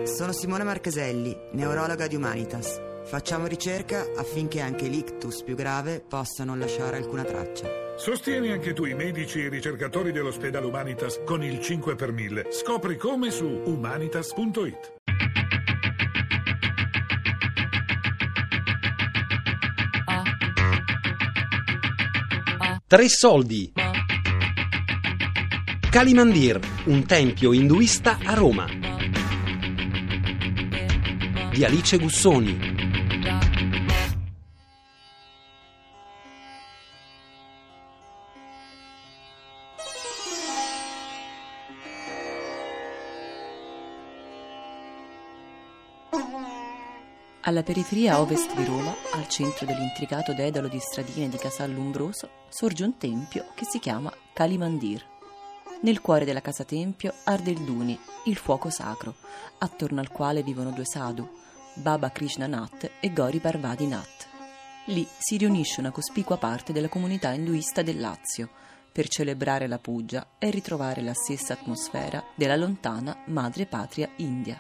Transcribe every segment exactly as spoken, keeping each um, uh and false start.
Sono Simona Marcheselli, neurologa di Humanitas. Facciamo ricerca affinché anche l'ictus più grave possa non lasciare alcuna traccia. Sostieni anche tu i medici e i ricercatori dell'ospedale Humanitas con il cinque per mille. Scopri come su humanitas punto it. Tre soldi. Kali Mandir, un tempio induista a Roma. Di Alice Gussoni. Alla periferia ovest di Roma, al centro dell'intricato dedalo di stradine di Casal Lumbroso, sorge un tempio che si chiama Kali Mandir. Nel cuore della casa tempio arde il Duni, il fuoco sacro, attorno al quale vivono due sadhu, Baba Krishna Nath e Gori Parvati Nath. Lì si riunisce una cospicua parte della comunità induista del Lazio per celebrare la puja e ritrovare la stessa atmosfera della lontana madre patria India.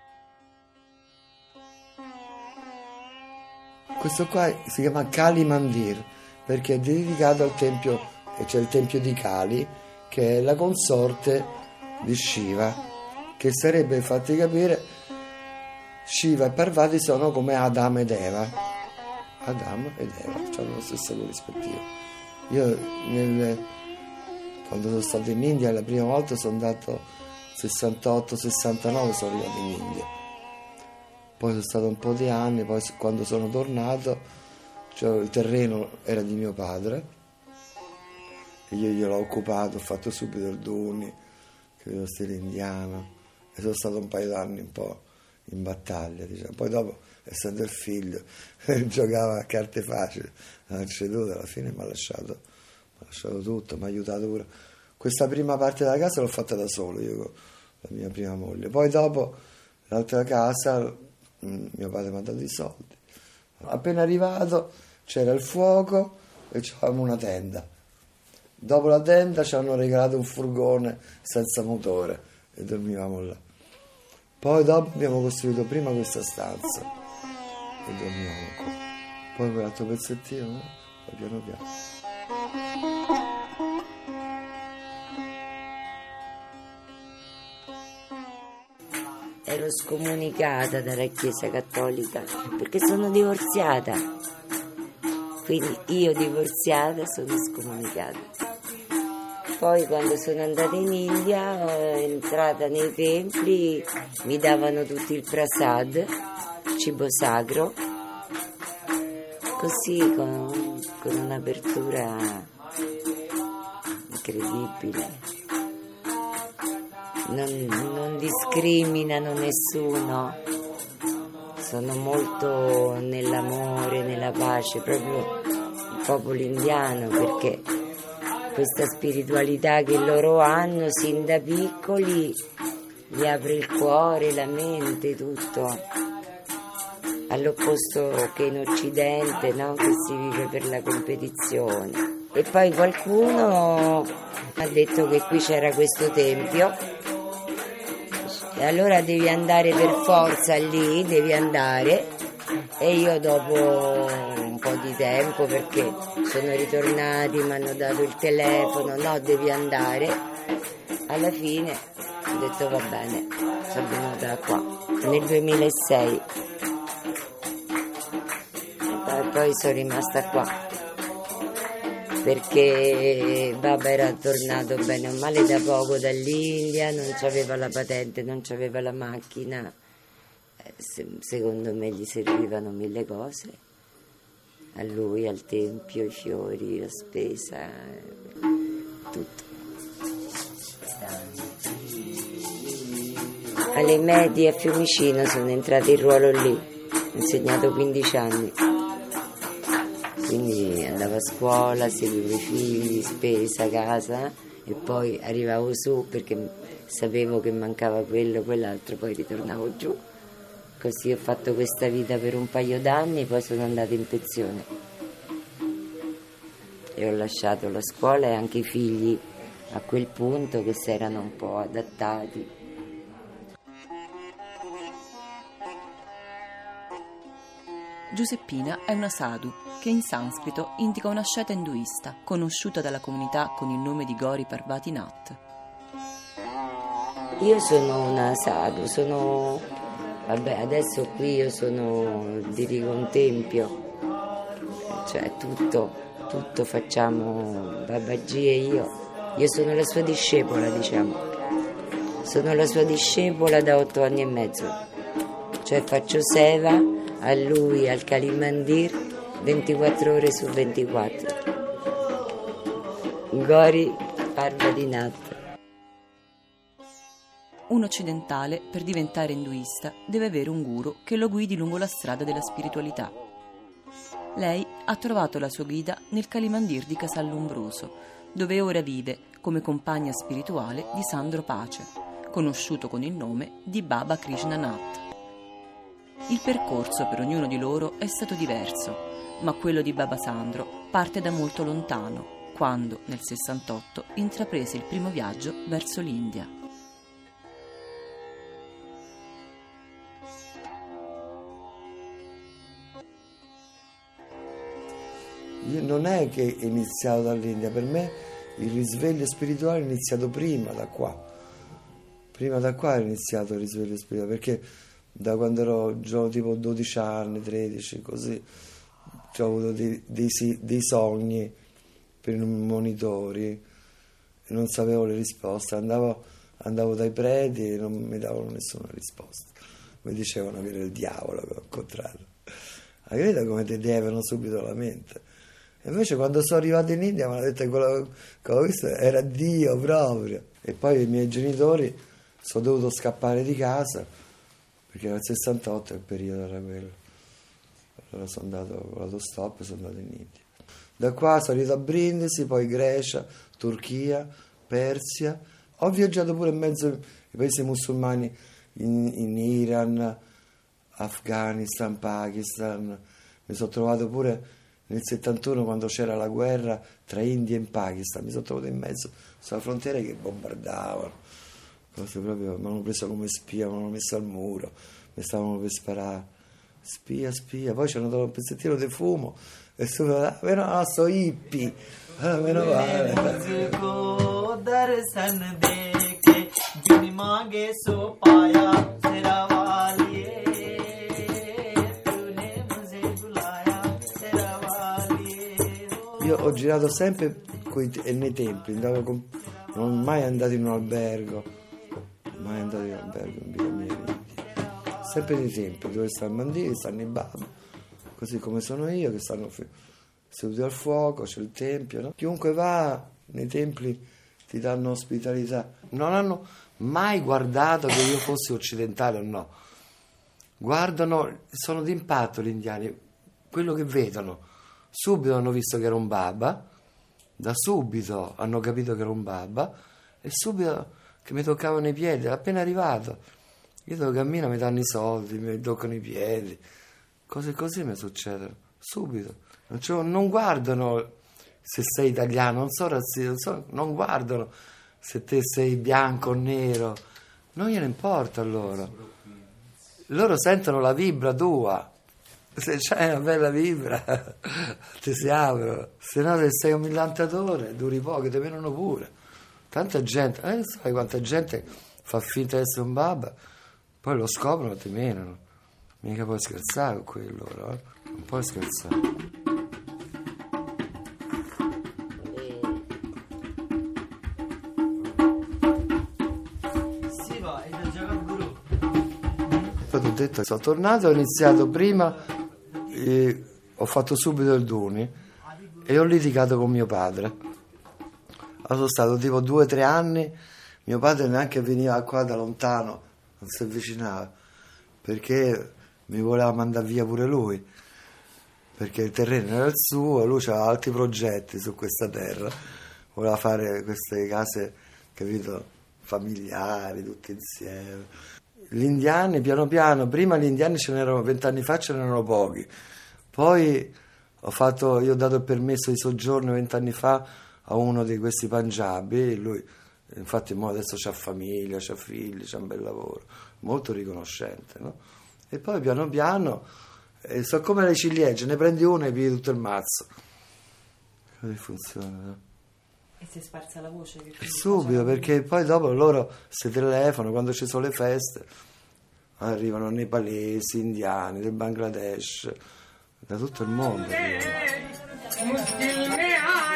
Questo qua si chiama Kali Mandir perché è dedicato al tempio, c'è cioè il tempio di Kali, che è la consorte di Shiva, che sarebbe, fatti capire, Shiva e Parvati sono come Adamo ed Eva. Adamo ed Eva hanno lo stesso corrispettivo. Io nel, quando sono stato in India la prima volta sono andato sessantotto sessantanove, sono arrivato in India. Poi sono stato un po' di anni, poi quando sono tornato, cioè, il terreno era di mio padre e io gliel'ho occupato, ho fatto subito il Duni, che vedo stile indiano, e sono stato un paio d'anni un po' in battaglia, diciamo. Poi dopo, essendo il figlio, giocava a carte facili, ha ceduto, alla fine mi ha lasciato, mi ha lasciato tutto, mi ha aiutato pure. Questa prima parte della casa l'ho fatta da solo, io con la mia prima moglie. Poi dopo l'altra casa mio padre mi ha dato i soldi. Appena arrivato c'era il fuoco e c'avevamo una tenda. Dopo la tenda ci hanno regalato un furgone senza motore e dormivamo là. Poi dopo abbiamo costruito prima questa stanza e dormivamo qua. Poi quell'altro pezzettino, no? Piano piano. Ero scomunicata dalla Chiesa Cattolica perché sono divorziata, quindi io divorziata sono scomunicata. Poi quando sono andata in India, entrata nei templi, mi davano tutti il prasad, cibo sacro, così con, con un'apertura incredibile. Non, non discriminano nessuno, sono molto nell'amore, nella pace, proprio il popolo indiano, perché questa spiritualità che loro hanno sin da piccoli gli apre il cuore, la mente, tutto, all'opposto che in Occidente, no? Che si vive per la competizione. E poi qualcuno ha detto che qui c'era questo tempio e allora devi andare per forza lì, devi andare. E io dopo un po' di tempo, perché sono ritornati, mi hanno dato il telefono, no, devi andare, alla fine ho detto va bene, sono venuta qua nel duemilasei e poi sono rimasta qua perché Baba era tornato bene o male da poco dall'India, non c'aveva la patente, non c'aveva la macchina. Se, secondo me gli servivano mille cose, a lui, al tempio, i fiori, la spesa, tutto. Alle medie a Fiumicino sono entrata in ruolo lì, ho insegnato quindici anni, quindi andavo a scuola, seguivo i figli, spesa, casa e poi arrivavo su perché sapevo che mancava quello, quell'altro, poi ritornavo giù. Così ho fatto questa vita per un paio d'anni, poi sono andata in pensione e ho lasciato la scuola e anche i figli a quel punto che si erano un po' adattati. Giuseppina è una sadhu, che in sanscrito indica una asceta induista, conosciuta dalla comunità con il nome di Gauri Parvati Nath. Io sono una sadhu, sono... Vabbè, adesso qui io sono... dirigo un tempio, cioè tutto, tutto facciamo, Babaji e io. Io sono la sua discepola, diciamo. Sono la sua discepola da otto anni e mezzo. Cioè faccio seva a lui, al Kali Mandir, ventiquattro ore su ventiquattro. Gauri Parvati Nath. Un occidentale, per diventare induista, deve avere un guru che lo guidi lungo la strada della spiritualità. Lei ha trovato la sua guida nel Kali Mandir di Casal Lombroso, dove ora vive come compagna spirituale di Sandro Pace, conosciuto con il nome di Baba Krishna Nath. Il percorso per ognuno di loro è stato diverso, ma quello di Baba Sandro parte da molto lontano, quando nel sessantotto intraprese il primo viaggio verso l'India. Io non è che è iniziato dall'India, per me il risveglio spirituale è iniziato prima da qua. Prima da qua è iniziato il risveglio spirituale, perché da quando ero giovane, tipo dodici anni, tredici, così, ho avuto dei, dei, dei sogni per i monitori e non sapevo le risposte. Andavo, andavo dai preti e non mi davano nessuna risposta. Mi dicevano che era il diavolo che ho incontrato. Ma vedo come ti devono subito la mente. E invece quando sono arrivato in India mi hanno detto che quello che ho visto era Dio proprio. E poi i miei genitori sono dovuto scappare di casa, perché nel sessantotto il periodo era quello. Allora sono andato con l'autostop e sono andato in India. Da qua sono arrivato a Brindisi, poi Grecia, Turchia, Persia. Ho viaggiato pure in mezzo ai paesi musulmani, in, in Iran, Afghanistan, Pakistan. Mi sono trovato pure nel settantuno, quando c'era la guerra tra India e Pakistan, mi sono trovato in mezzo sulla frontiera che bombardavano. Cose proprio, mi hanno preso come spia, mi hanno messo al muro, mi stavano per sparare. Spia, spia. Poi ci hanno dato un pezzettino di fumo e subito, ah, meno no, sto hippie. Ah, meno male. Io ho girato sempre coi, nei templi, andavo con, non sono mai andato in un albergo, mai andato in un albergo in vita mia in India. Sempre nei templi, dove stanno i mandiri, stanno i baba, così come sono io, che stanno seduti al fuoco, c'è il tempio, no? Chiunque va nei templi ti danno ospitalità. Non hanno mai guardato che io fossi occidentale o no. Guardano, sono d'impatto gli indiani, quello che vedono. Subito hanno visto che era un baba, da subito hanno capito che era un baba e subito che mi toccavano i piedi, appena arrivato. Io dove cammino mi danno i soldi, mi toccano i piedi, cose così mi succedono, subito. Non, cioè, non guardano se sei italiano, non so razzista, non, so, non guardano se te sei bianco o nero, non gliene importa a loro. Loro sentono la vibra tua. Se c'hai una bella vibra ti si aprono, se no se sei un millantatore duri poco, ti menano pure. Tanta gente, eh, sai quanta gente fa finta di essere un baba, poi lo scoprono e ti menano. Mica puoi scherzare con quello, no? Non puoi scherzare. Poi ti ho detto, sono tornato, ho iniziato prima. E ho fatto subito il Duni e ho litigato con mio padre. Allora sono stato tipo due o tre anni, mio padre neanche veniva qua da lontano, non si avvicinava, perché mi voleva mandare via pure lui, perché il terreno era il suo e lui aveva altri progetti su questa terra, voleva fare queste case, capito, familiari, tutte insieme. Gli indiani piano piano, prima gli indiani ce n'erano, vent'anni fa ce n'erano pochi, poi ho fatto, io ho dato il permesso di soggiorno vent'anni fa a uno di questi Punjabi, lui infatti mo adesso c'ha famiglia, c'ha figli, c'ha un bel lavoro, molto riconoscente, no? E poi piano piano E so come le ciliegie, ne prendi una e pigli tutto il mazzo. Così funziona, no? E si è sparsa la voce? Che Subito, perché poi dopo loro si telefonano quando ci sono le feste, arrivano nepalesi, indiani, del Bangladesh, da tutto il mondo arrivano.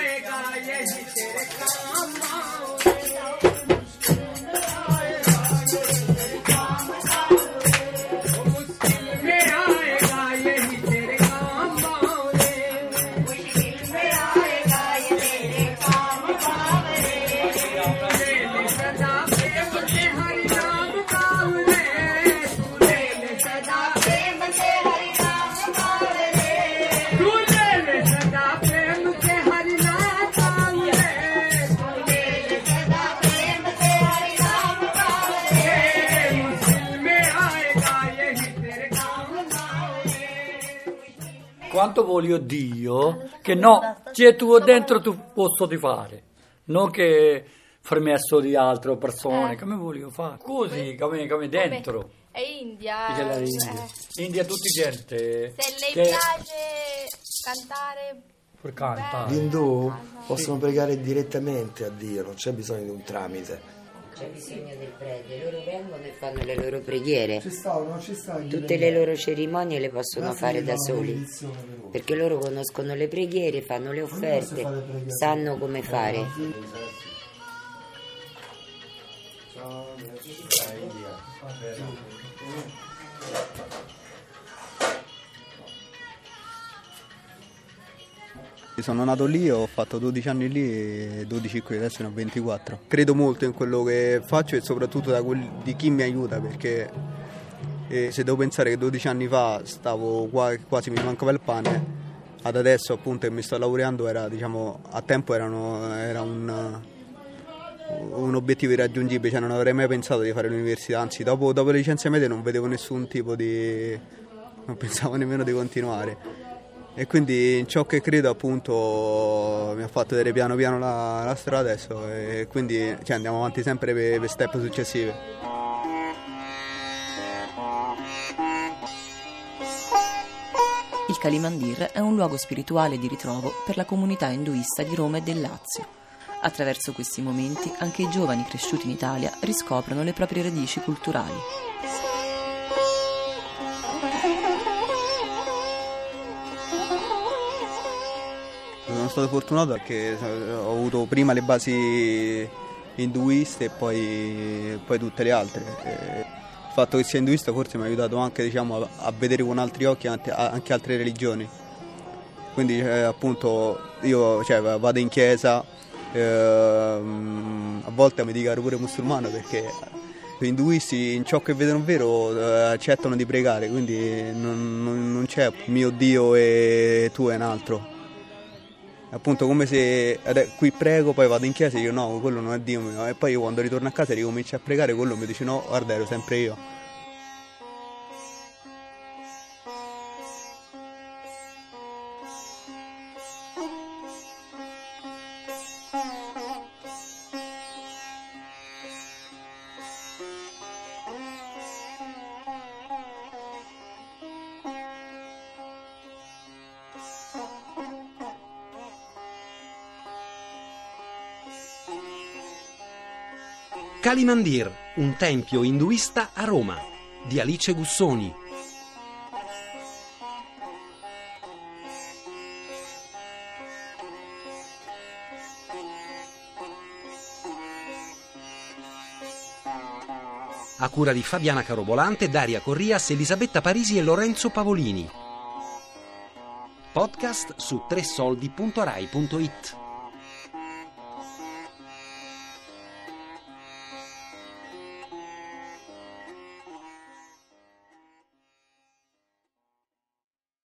Quanto voglio Dio che no, c'è tuo dentro tu posso di fare, non che permesso di altre persone, eh. come voglio fare, così come, come dentro. È India. Che è India. Eh. India tutti gente. Se lei che... piace cantare, per cantare. Gli indù possono pregare direttamente a Dio, non c'è bisogno di un tramite. C'è bisogno del prete, loro vengono e fanno le loro preghiere. Ci sta, non ci sta. Tutte le loro cerimonie le possono fare da soli, perché loro conoscono le preghiere, fanno le offerte, sanno come fare. Sono nato lì, ho fatto dodici anni lì e dodici qui, adesso ne ho ventiquattro. Credo molto in quello che faccio e soprattutto da quel, di chi mi aiuta, perché eh, se devo pensare che dodici anni fa stavo qua, quasi mi mancava il pane, ad adesso appunto che mi sto laureando era, diciamo, a tempo erano, era un, un obiettivo irraggiungibile, cioè non avrei mai pensato di fare l'università, anzi dopo, dopo le licenze medie non vedevo nessun tipo di... non pensavo nemmeno di continuare. E quindi in ciò che credo appunto mi ha fatto vedere piano piano la, la strada adesso e quindi cioè, andiamo avanti sempre per, per step successive. Il Kalimandir è un luogo spirituale di ritrovo per la comunità induista di Roma e del Lazio. Attraverso questi momenti anche i giovani cresciuti in Italia riscoprono le proprie radici culturali. Sono stato fortunato perché ho avuto prima le basi induiste e poi, poi tutte le altre. Il fatto che sia induista forse mi ha aiutato anche, diciamo, a, a vedere con altri occhi anche, anche altre religioni. Quindi eh, appunto io cioè, vado in chiesa, eh, a volte mi dichiaro pure musulmano perché gli induisti in ciò che vedono vero eh, accettano di pregare, quindi non, non, non c'è mio Dio e tu è un altro. Appunto come se qui prego, poi vado in chiesa e io no, quello non è Dio mio, e poi io quando ritorno a casa ricomincio a pregare, quello mi dice no, guarda ero sempre io. Kalimandir, un tempio induista a Roma, di Alice Gussoni. A cura di Fabiana Carobolante, Daria Corrias, Elisabetta Parisi e Lorenzo Pavolini. Podcast su tre soldi punto rai punto it.